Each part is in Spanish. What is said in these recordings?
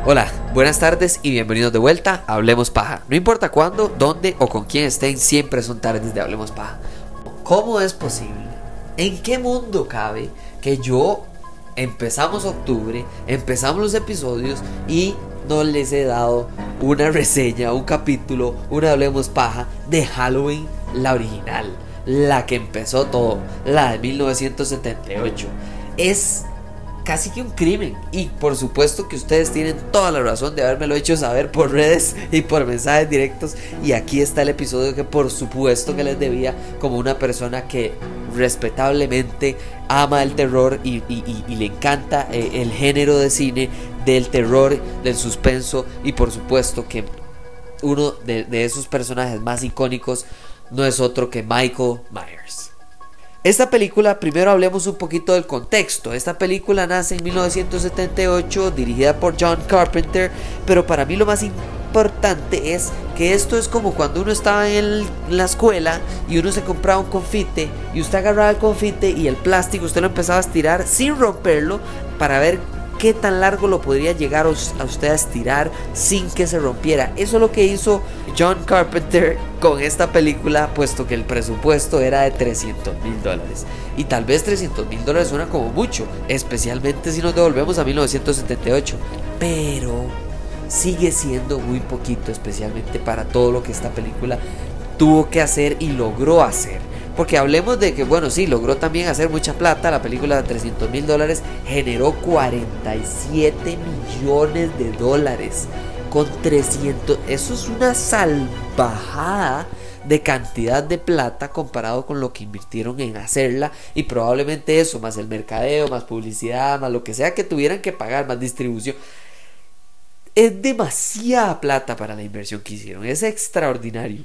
Hola, buenas tardes y bienvenidos de vuelta a Hablemos Paja. No importa cuándo, dónde o con quién estén, siempre son tardes de Hablemos Paja. ¿Cómo es posible? ¿En qué mundo cabe que empezamos octubre, empezamos los episodios y no les he dado una reseña, un capítulo, una Hablemos Paja de Halloween, la original, la que empezó todo, la de 1978? Es casi que un crimen, y por supuesto que ustedes tienen toda la razón de habérmelo hecho saber por redes y por mensajes directos, y aquí está el episodio que por supuesto que les debía, como una persona que respetablemente ama el terror y le encanta el género de cine del terror, del suspenso, y por supuesto que uno de esos personajes más icónicos no es otro que Michael Myers. Esta película, primero hablemos un poquito del contexto. Esta película nace en 1978, dirigida por John Carpenter, pero para mí lo más importante es que esto es como cuando uno estaba en la escuela y uno se compraba un confite y usted agarraba el confite y el plástico usted lo empezaba a estirar sin romperlo para ver qué tan largo lo podría llegar a usted a estirar sin que se rompiera. Eso es lo que hizo John Carpenter con esta película, puesto que el presupuesto era de $300,000. Y tal vez $300,000 suena como mucho, especialmente si nos devolvemos a 1978. Pero sigue siendo muy poquito, especialmente para todo lo que esta película tuvo que hacer y logró hacer. Porque hablemos de que, bueno, sí, logró también hacer mucha plata. La película de $300,000 generó $47 millones con 300. Eso es una salvajada de cantidad de plata comparado con lo que invirtieron en hacerla. Y probablemente eso, más el mercadeo, más publicidad, más lo que sea que tuvieran que pagar, más distribución. Es demasiada plata para la inversión que hicieron. Es extraordinario.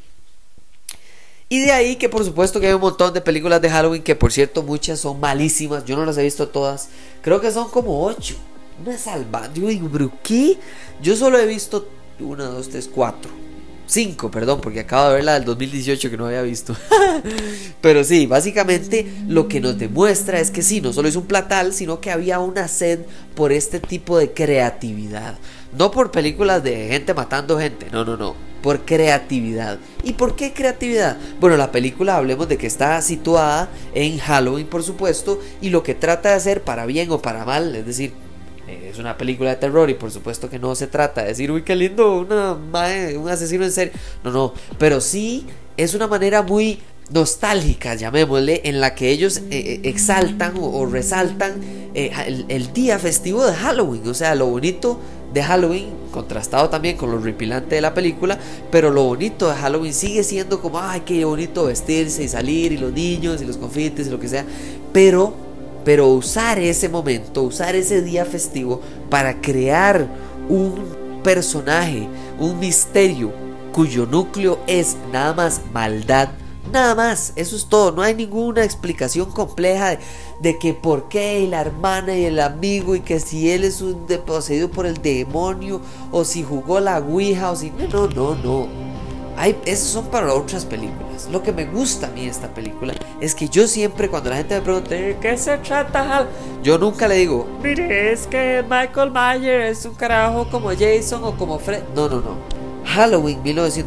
Y de ahí que por supuesto que hay un montón de películas de Halloween, que por cierto muchas son malísimas. Yo no las he visto todas. Creo que son como 8. Una salvada. Yo digo, ¿pero qué? Yo solo he visto 1, 2, 3, 4 5, perdón, porque acabo de ver la del 2018 que no había visto. Pero sí, básicamente lo que nos demuestra es que sí, no solo es un platal, sino que había una sed por este tipo de creatividad. No por películas de gente matando gente, no, por creatividad. ¿Y por qué creatividad? Bueno, la película, hablemos de que está situada en Halloween, por supuesto, y lo que trata de hacer, para bien o para mal, es decir, es una película de terror y por supuesto que no se trata de decir, uy, qué lindo, un asesino en serie. No, pero sí es una manera muy nostálgica, llamémosle, en la que ellos exaltan o resaltan el día festivo de Halloween. O sea, lo bonito de Halloween, contrastado también con lo horripilante de la película, pero lo bonito de Halloween sigue siendo como, ay, qué bonito vestirse y salir, y los niños y los confites y lo que sea, pero usar ese momento, usar ese día festivo para crear un personaje, un misterio cuyo núcleo es nada más maldad. Nada más, eso es todo. No hay ninguna explicación compleja de que por qué y la hermana y el amigo, y que si él es un poseído por el demonio, o si jugó la ouija, o si no. Esos son para otras películas. Lo que me gusta a mí de esta película es que yo siempre, cuando la gente me pregunta ¿de qué se trata?, yo nunca le digo, mire, es que Michael Myers es un carajo como Jason o como Fred. No. Halloween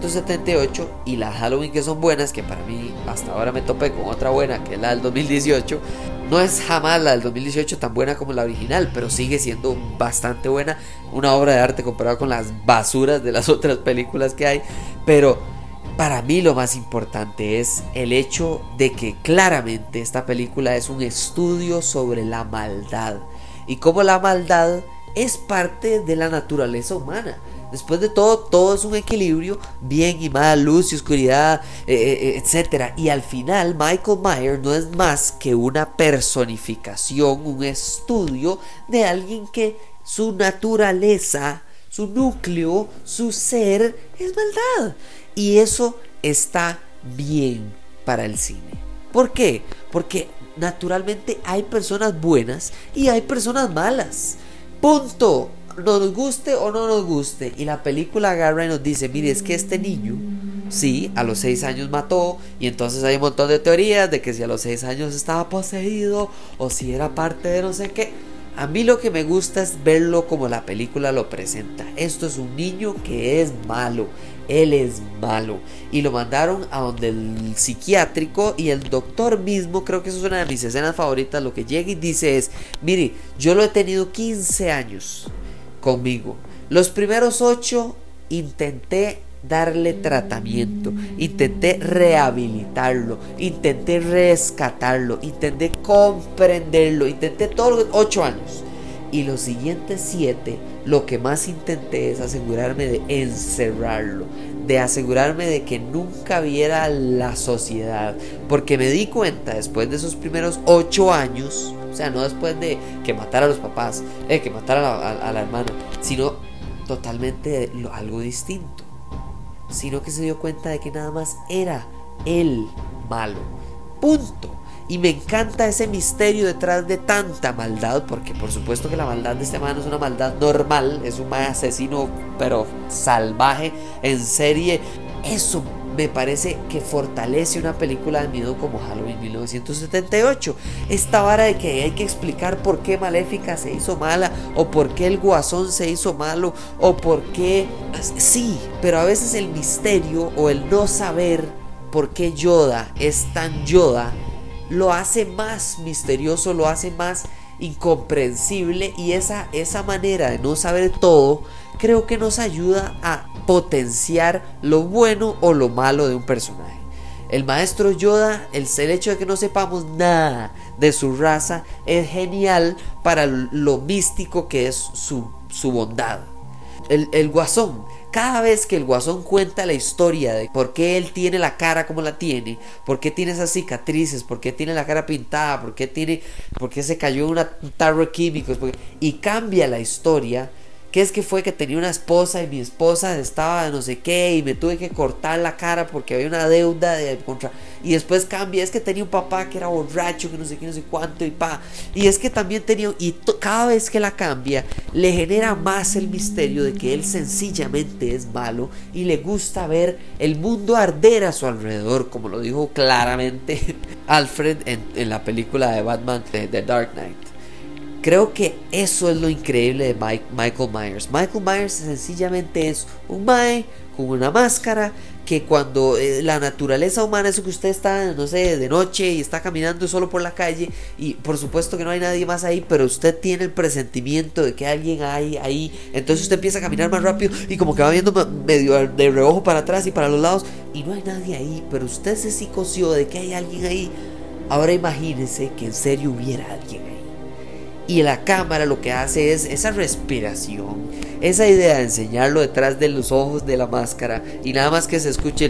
1978 y la Halloween que son buenas, que para mí hasta ahora me topé con otra buena, que es la del 2018. No es jamás la del 2018 tan buena como la original, pero sigue siendo bastante buena. Una obra de arte comparada con las basuras de las otras películas que hay. Pero para mí lo más importante es el hecho de que claramente esta película es un estudio sobre la maldad y cómo la maldad es parte de la naturaleza humana. Después de todo es un equilibrio, bien y mal, luz y oscuridad, etc. Y al final Michael Myers no es más que una personificación, un estudio de alguien que su naturaleza, su núcleo, su ser es maldad. Y eso está bien para el cine. ¿Por qué? Porque naturalmente hay personas buenas y hay personas malas. Punto. Nos guste o no nos guste. Y la película agarra y nos dice, mire, es que este niño, sí, a los 6 años mató. Y entonces hay un montón de teorías de que si a los 6 años estaba poseído, o si era parte de no sé qué. A mí lo que me gusta es verlo como la película lo presenta. Esto es un niño que es malo. Él es malo. Y lo mandaron a donde el psiquiátrico y el doctor mismo, creo que eso es una de mis escenas favoritas, lo que llega y dice es, mire, yo lo he tenido 15 años conmigo. Los primeros 8 intenté darle tratamiento, intenté rehabilitarlo, intenté rescatarlo, intenté comprenderlo, intenté todos los 8 años. Y los siguientes 7, lo que más intenté es asegurarme de encerrarlo, de asegurarme de que nunca viera la sociedad, porque me di cuenta después de esos primeros 8 años, o sea, no después de que matara a los papás, que matara a la hermana, sino totalmente algo distinto, sino que se dio cuenta de que nada más era él malo, punto. Y me encanta ese misterio detrás de tanta maldad, porque por supuesto que la maldad de este man no es una maldad normal, es un man asesino pero salvaje en serie. Eso me parece que fortalece una película de miedo como Halloween 1978. Esta vara de que hay que explicar por qué Maléfica se hizo mala, o por qué el Guasón se hizo malo, o por qué... Sí, pero a veces el misterio o el no saber por qué Yoda es tan Yoda lo hace más misterioso, lo hace más incomprensible, y esa manera de no saber todo creo que nos ayuda a potenciar lo bueno o lo malo de un personaje. El maestro Yoda, el hecho de que no sepamos nada de su raza es genial para lo místico que es su bondad. El Guasón, cada vez que el Guasón cuenta la historia de por qué él tiene la cara como la tiene, por qué tiene esas cicatrices, por qué tiene la cara pintada, por qué se cayó en un tarro de químicos, y cambia la historia, que es que fue que tenía una esposa y mi esposa estaba de no sé qué y me tuve que cortar la cara porque había una deuda y después cambia, es que tenía un papá que era borracho, que no sé qué, no sé cuánto, y es que también tenía, cada vez que la cambia le genera más el misterio de que él sencillamente es malo y le gusta ver el mundo arder a su alrededor, como lo dijo claramente Alfred en la película de Batman de The Dark Knight. Creo que eso es lo increíble de Michael Myers. Michael Myers sencillamente es un mae con una máscara que cuando la naturaleza humana, eso que usted está, no sé, de noche y está caminando solo por la calle y por supuesto que no hay nadie más ahí, pero usted tiene el presentimiento de que alguien hay ahí, entonces usted empieza a caminar más rápido y como que va viendo medio de reojo para atrás y para los lados y no hay nadie ahí, pero usted se psicoció de que hay alguien ahí. Ahora imagínese que en serio hubiera alguien ahí. Y la cámara lo que hace es esa respiración, esa idea de enseñarlo detrás de los ojos de la máscara y nada más que se escuche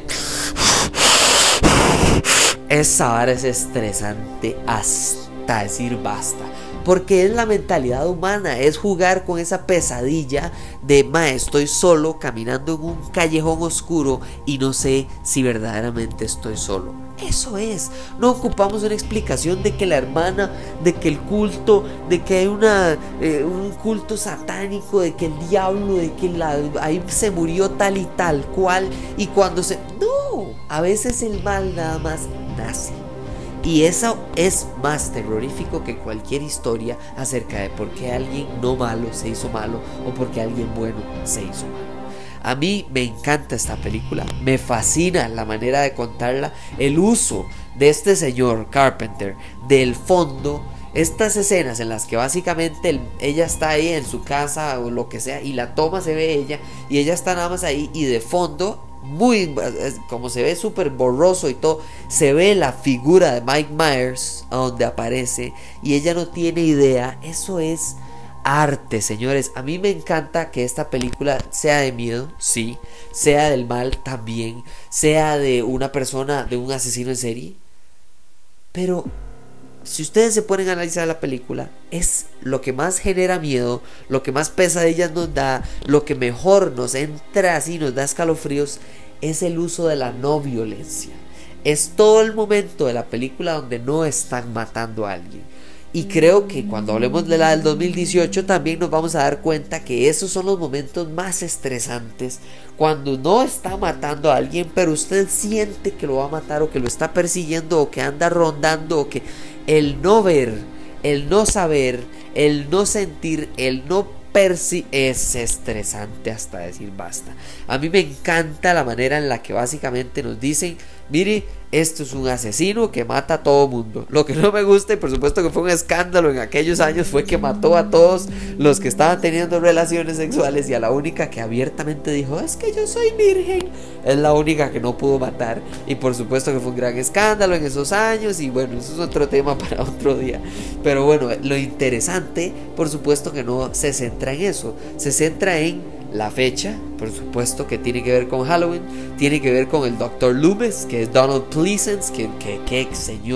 esa vara es estresante hasta decir basta, porque es la mentalidad humana, es jugar con esa pesadilla de estoy solo caminando en un callejón oscuro y no sé si verdaderamente estoy solo. Eso es, no ocupamos una explicación de que la hermana, de que el culto, de que hay un culto satánico, de que el diablo, de que ahí se murió tal y tal cual, y cuando no, a veces el mal nada más nace. Y eso es más terrorífico que cualquier historia acerca de por qué alguien no malo se hizo malo o por qué alguien bueno se hizo malo. A mí me encanta esta película, me fascina la manera de contarla, el uso de este señor Carpenter del fondo, estas escenas en las que básicamente ella está ahí en su casa o lo que sea y la toma se ve ella y ella está nada más ahí y de fondo, muy como se ve súper borroso y todo, se ve la figura de Mike Myers a donde aparece y ella no tiene idea. Eso es arte, señores. A mí me encanta que esta película sea de miedo, sí, sea del mal también, sea de una persona, de un asesino en serie, pero si ustedes se ponen a analizar la película, es lo que más genera miedo, lo que más pesadillas nos da, lo que mejor nos entra así, nos da escalofríos, es el uso de la no violencia. Es todo el momento de la película donde no están matando a alguien. Y creo que cuando hablemos de la del 2018 también nos vamos a dar cuenta que esos son los momentos más estresantes, cuando no está matando a alguien pero usted siente que lo va a matar o que lo está persiguiendo o que anda rondando, o que el no ver, el no saber, el no sentir, el no percibir, es estresante hasta decir basta. A mí me encanta la manera en la que básicamente nos dicen, mire, esto es un asesino que mata a todo mundo. Lo que no me gusta, y por supuesto que fue un escándalo en aquellos años, fue que mató a todos los que estaban teniendo relaciones sexuales, y a la única que abiertamente dijo, es que yo soy virgen, es la única que no pudo matar. Y por supuesto que fue un gran escándalo en esos años, y bueno, eso es otro tema para otro día. Pero bueno, lo interesante, por supuesto que no se centra en eso, se centra en la fecha, por supuesto que tiene que ver con Halloween, tiene que ver con el Dr. Loomis, que es Donald Pleasence, que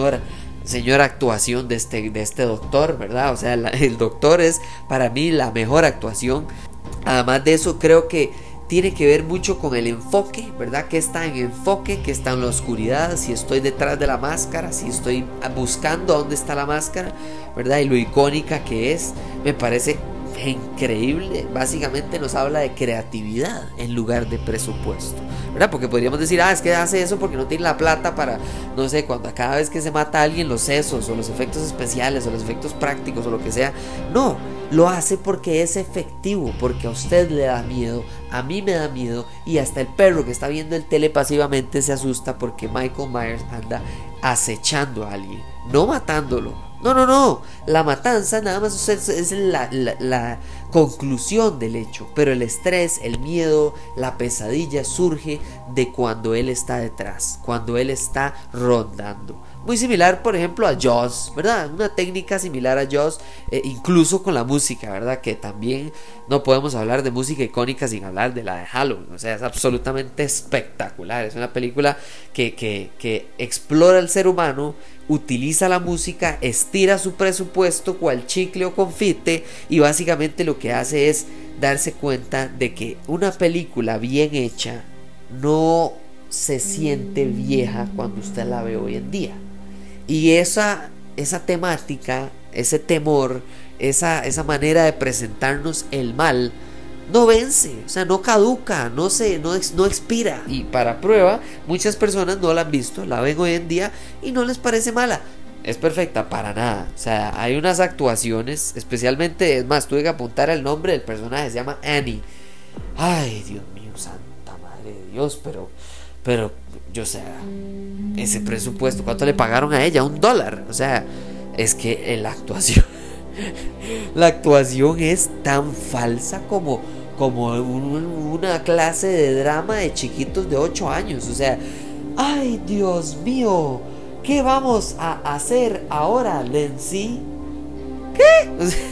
señora actuación de este doctor, ¿verdad? O sea, el doctor es para mí la mejor actuación. Además de eso, creo que tiene que ver mucho con el enfoque, ¿verdad? Que está en enfoque, que está en la oscuridad, si estoy detrás de la máscara, si estoy buscando dónde está la máscara, ¿verdad? Y lo icónica que es, me parece increíble. Básicamente nos habla de creatividad en lugar de presupuesto, ¿verdad? Porque podríamos decir, es que hace eso porque no tiene la plata para, no sé, cuando cada vez que se mata a alguien, los sesos o los efectos especiales o los efectos prácticos o lo que sea. No, lo hace porque es efectivo, porque a usted le da miedo, a mí me da miedo, y hasta el perro que está viendo el tele pasivamente se asusta porque Michael Myers anda acechando a alguien, no matándolo. No, la matanza nada más es la conclusión del hecho, pero el estrés, el miedo, la pesadilla surge de cuando él está detrás, cuando él está rondando. Muy similar, por ejemplo, a Jaws, ¿verdad? Una técnica similar a Jaws, incluso con la música, ¿verdad? Que también no podemos hablar de música icónica sin hablar de la de Halloween. O sea, es absolutamente espectacular. Es una película que explora el ser humano, utiliza la música, estira su presupuesto cual chicle o confite, y básicamente lo que hace es darse cuenta de que una película bien hecha no se siente vieja cuando usted la ve hoy en día. Y esa temática, ese temor, esa manera de presentarnos el mal no vence, o sea, no caduca, no expira. Y para prueba, muchas personas no la han visto, la ven hoy en día y no les parece mala. Es perfecta, para nada. O sea, hay unas actuaciones, especialmente, es más, tuve que apuntar el nombre del personaje, se llama Annie. Ay, Dios mío, santa madre de Dios, pero, yo, o sea, ese presupuesto, ¿cuánto le pagaron a ella? $1. O sea, es que la actuación es tan falsa como una clase de drama de chiquitos de 8 años. O sea, ay, Dios mío, ¿qué vamos a hacer ahora, Lenzi? ¿Qué? O sea,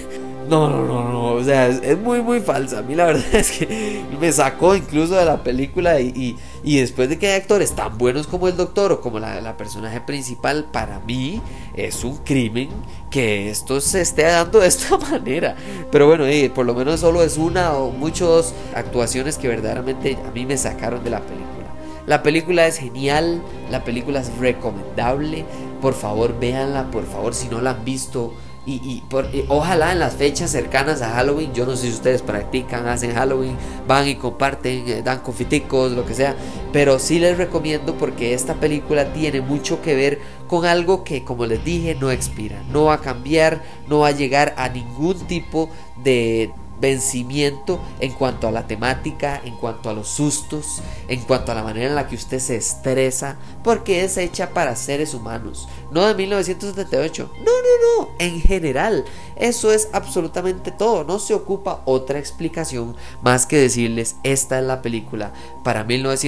no, o sea, es muy muy falsa. A mí la verdad es que me sacó incluso de la película, y después de que hay actores tan buenos como el doctor o como la personaje principal, para mí es un crimen que esto se esté dando de esta manera. Pero bueno, por lo menos solo es una o muchas actuaciones que verdaderamente a mí me sacaron de la película. La película es genial, la película es recomendable. Por favor, véanla, por favor, si no la han visto. Ojalá en las fechas cercanas a Halloween, yo no sé si ustedes practican, hacen Halloween, van y comparten, dan confiticos, lo que sea, pero sí les recomiendo, porque esta película tiene mucho que ver con algo que, como les dije, no expira, no va a cambiar, no va a llegar a ningún tipo de vencimiento en cuanto a la temática, en cuanto a los sustos, en cuanto a la manera en la que usted se estresa, porque es hecha para seres humanos, no de 1978, no, en general. Eso es absolutamente todo, no se ocupa otra explicación más que decirles, esta es la película para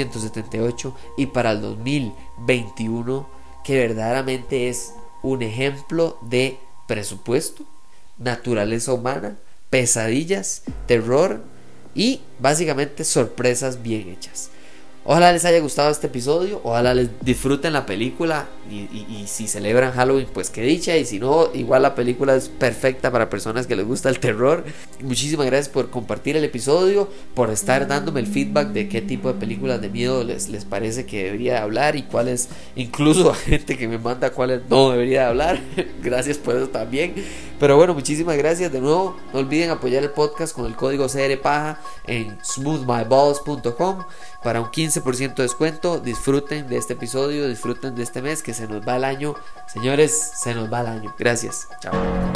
1978 y para el 2021, que verdaderamente es un ejemplo de presupuesto, naturaleza humana, pesadillas, terror y básicamente sorpresas bien hechas. Ojalá les haya gustado este episodio, ojalá les disfruten la película, y si celebran Halloween, pues qué dicha, y si no, igual la película es perfecta para personas que les gusta el terror. Muchísimas gracias por compartir el episodio, por estar dándome el feedback de qué tipo de películas de miedo les parece que debería hablar, y cuáles, incluso a gente que me manda cuáles no debería hablar. Gracias por eso también. Pero bueno, muchísimas gracias de nuevo. No olviden apoyar el podcast con el código CRPaja en smoothmyballs.com para un 15% de descuento. Disfruten de este episodio, disfruten de este mes, que se nos va el año. Señores, se nos va el año. Gracias. Chao.